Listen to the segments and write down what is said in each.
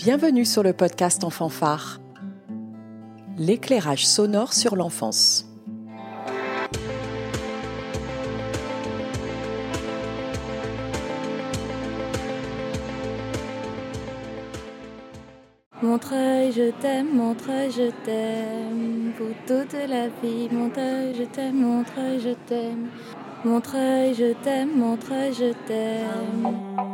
Bienvenue sur le podcast En Fanfare, l'éclairage sonore sur l'enfance. Montreuil, je t'aime, Montreuil, je t'aime, pour toute la vie. Montreuil, je t'aime, Montreuil, je t'aime. Montreuil, je t'aime, Montreuil, je t'aime.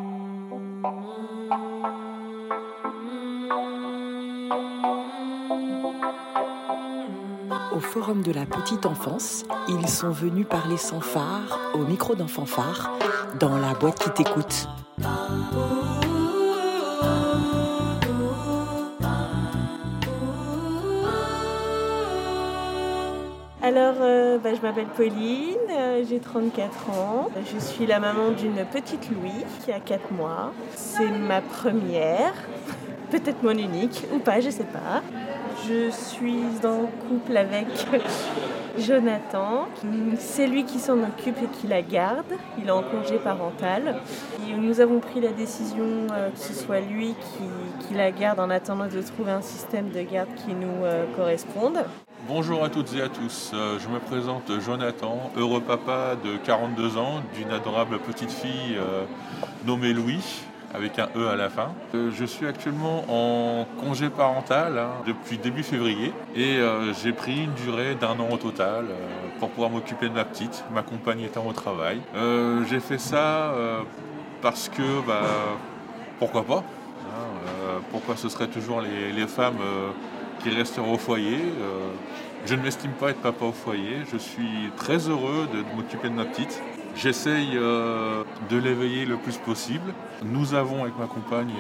Au Forum de la Petite Enfance, ils sont venus parler sans phare, au micro d'En Fanfare, dans la boîte qui t'écoute. Alors, je m'appelle Pauline, j'ai 34 ans. Je suis la maman d'une petite Louis qui a 4 mois. C'est ma première, peut-être mon unique, ou pas, je sais pas. Je suis en couple avec Jonathan. C'est lui qui s'en occupe et qui la garde. Il est en congé parental. Et nous avons pris la décision que ce soit lui qui la garde en attendant de trouver un système de garde qui nous corresponde. Bonjour à toutes et à tous, je me présente Jonathan, heureux papa de 42 ans, d'une adorable petite fille nommée Louis, avec un E à la fin. Je suis actuellement en congé parental depuis début février et j'ai pris une durée d'1 an au total pour pouvoir m'occuper de ma petite, ma compagne étant au travail. J'ai fait ça parce que, pourquoi pas, pourquoi ce serait toujours les femmes qui resteront au foyer. Je ne m'estime pas être papa au foyer. Je suis très heureux de m'occuper de ma petite. J'essaye de l'éveiller le plus possible. Nous avons avec ma compagne,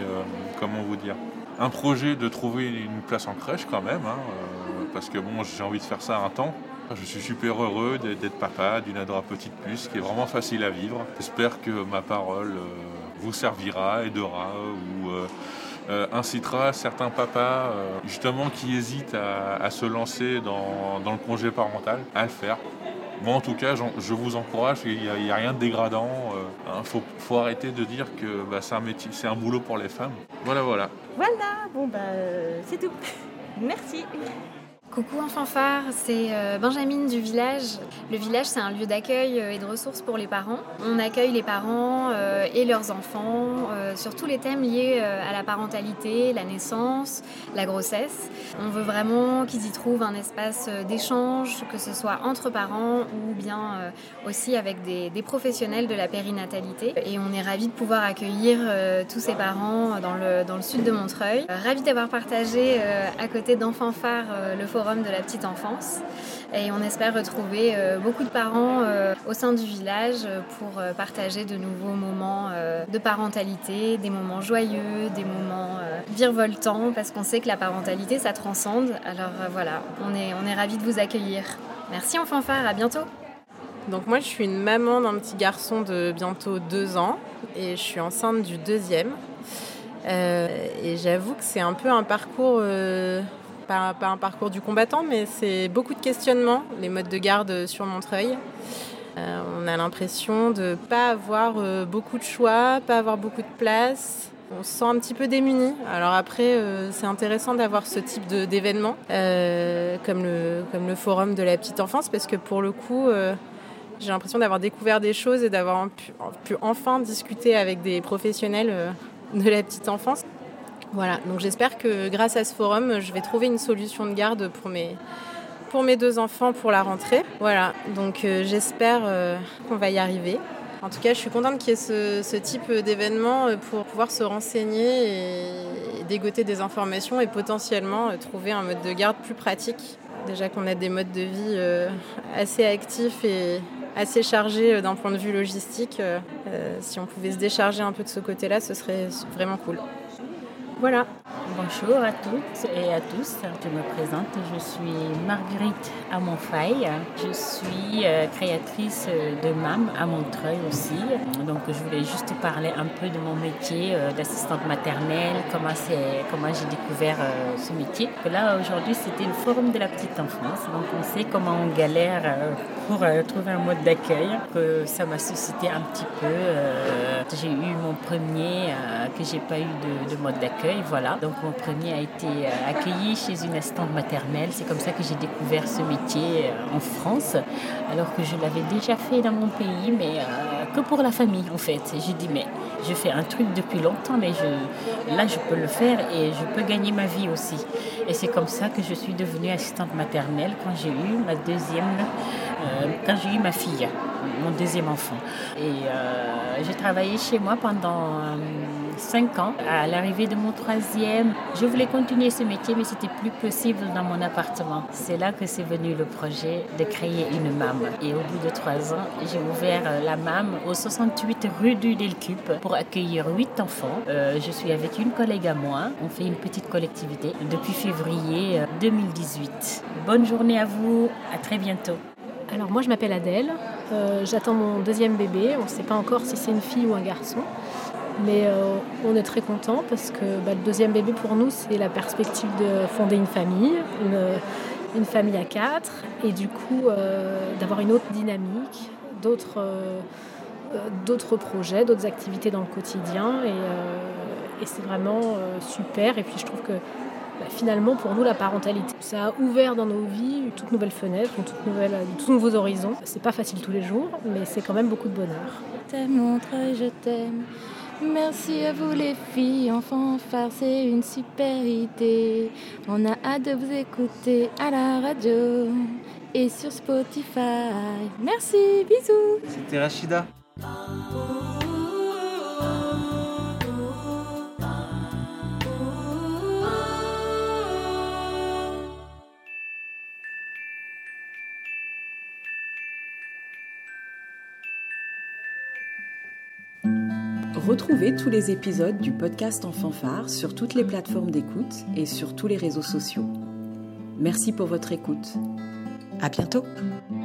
un projet de trouver une place en crèche quand même, parce que j'ai envie de faire ça un temps. Je suis super heureux d'être papa d'une adorable petite puce qui est vraiment facile à vivre. J'espère que ma parole vous servira, aidera ou incitera certains papas justement qui hésitent à se lancer dans le congé parental à le faire. Moi en tout cas je vous encourage, il n'y a rien de dégradant, faut arrêter de dire que c'est un métier, c'est un boulot pour les femmes. Voilà. Voilà, c'est tout. Merci. Coucou En Fanfare, c'est Benjamine du village. Le village, c'est un lieu d'accueil et de ressources pour les parents. On accueille les parents et leurs enfants sur tous les thèmes liés à la parentalité, la naissance, la grossesse. On veut vraiment qu'ils y trouvent un espace d'échange, que ce soit entre parents ou bien aussi avec des professionnels de la périnatalité. Et on est ravis de pouvoir accueillir tous ces parents dans le sud de Montreuil. Ravis d'avoir partagé à côté d'En Fanfare le forum de la petite enfance et on espère retrouver beaucoup de parents au sein du village pour partager de nouveaux moments de parentalité, des moments joyeux, des moments virevoltants parce qu'on sait que la parentalité ça transcende. Alors on est ravis de vous accueillir. Merci En Fanfare, à bientôt. Donc moi je suis une maman d'un petit garçon de bientôt 2 ans et je suis enceinte du 2e. Et j'avoue que c'est un peu un parcours... Pas un parcours du combattant, mais c'est beaucoup de questionnements, les modes de garde sur Montreuil. On a l'impression de ne pas avoir beaucoup de choix, pas avoir beaucoup de place. On se sent un petit peu démuni. Alors après, c'est intéressant d'avoir ce type d'événement, comme le forum de la petite enfance, parce que pour le coup, j'ai l'impression d'avoir découvert des choses et d'avoir pu enfin discuter avec des professionnels de la petite enfance. Voilà, donc j'espère que grâce à ce forum, je vais trouver une solution de garde pour mes 2 enfants pour la rentrée. Voilà, donc j'espère qu'on va y arriver. En tout cas, je suis contente qu'il y ait ce type d'événement pour pouvoir se renseigner et dégoter des informations et potentiellement trouver un mode de garde plus pratique. Déjà qu'on a des modes de vie assez actifs et assez chargés d'un point de vue logistique. Si on pouvait se décharger un peu de ce côté-là, ce serait vraiment cool. Voilà. Bonjour à toutes et à tous, je me présente, je suis Marguerite Amonfaille, je suis créatrice de MAM à Montreuil aussi, donc je voulais juste parler un peu de mon métier d'assistante maternelle, comment j'ai découvert ce métier. Là aujourd'hui c'était le forum de la petite enfance, donc on sait comment on galère pour trouver un mode d'accueil, que ça m'a suscité un petit peu, j'ai eu mon premier que j'ai pas eu de mode d'accueil, voilà, donc Mon premier a été accueilli chez une assistante maternelle. C'est comme ça que j'ai découvert ce métier en France, alors que je l'avais déjà fait dans mon pays, mais que pour la famille en fait. Et j'ai dit, mais je fais un truc depuis longtemps, mais là je peux le faire et je peux gagner ma vie aussi. Et c'est comme ça que je suis devenue assistante maternelle quand j'ai eu ma fille, mon deuxième enfant. Et j'ai travaillé chez moi pendant 5 ans. À l'arrivée de mon troisième, je voulais continuer ce métier, mais c'était plus possible dans mon appartement. C'est là que c'est venu le projet de créer une MAM. Et au bout de 3 ans, j'ai ouvert la MAM au 68 rue du Delcup pour accueillir 8 enfants. Je suis avec une collègue à moi. On fait une petite collectivité depuis février 2018. Bonne journée à vous, à très bientôt. Alors moi je m'appelle Adèle, j'attends mon deuxième bébé, on ne sait pas encore si c'est une fille ou un garçon, mais on est très contents parce que le deuxième bébé pour nous c'est la perspective de fonder une famille, une famille à 4 et du coup d'avoir une autre dynamique, d'autres projets, d'autres activités dans le quotidien et c'est vraiment super et puis je trouve que finalement, pour nous, la parentalité, ça a ouvert dans nos vies toutes nouvelles fenêtres, tous nouveaux horizons. C'est pas facile tous les jours, mais c'est quand même beaucoup de bonheur. T'aimes montre, je t'aime. Merci à vous les filles, en fanfare, c'est une super idée. On a hâte de vous écouter à la radio et sur Spotify. Merci, bisous. C'était Rachida. Retrouvez tous les épisodes du podcast En Fanfare sur toutes les plateformes d'écoute et sur tous les réseaux sociaux. Merci pour votre écoute. À bientôt.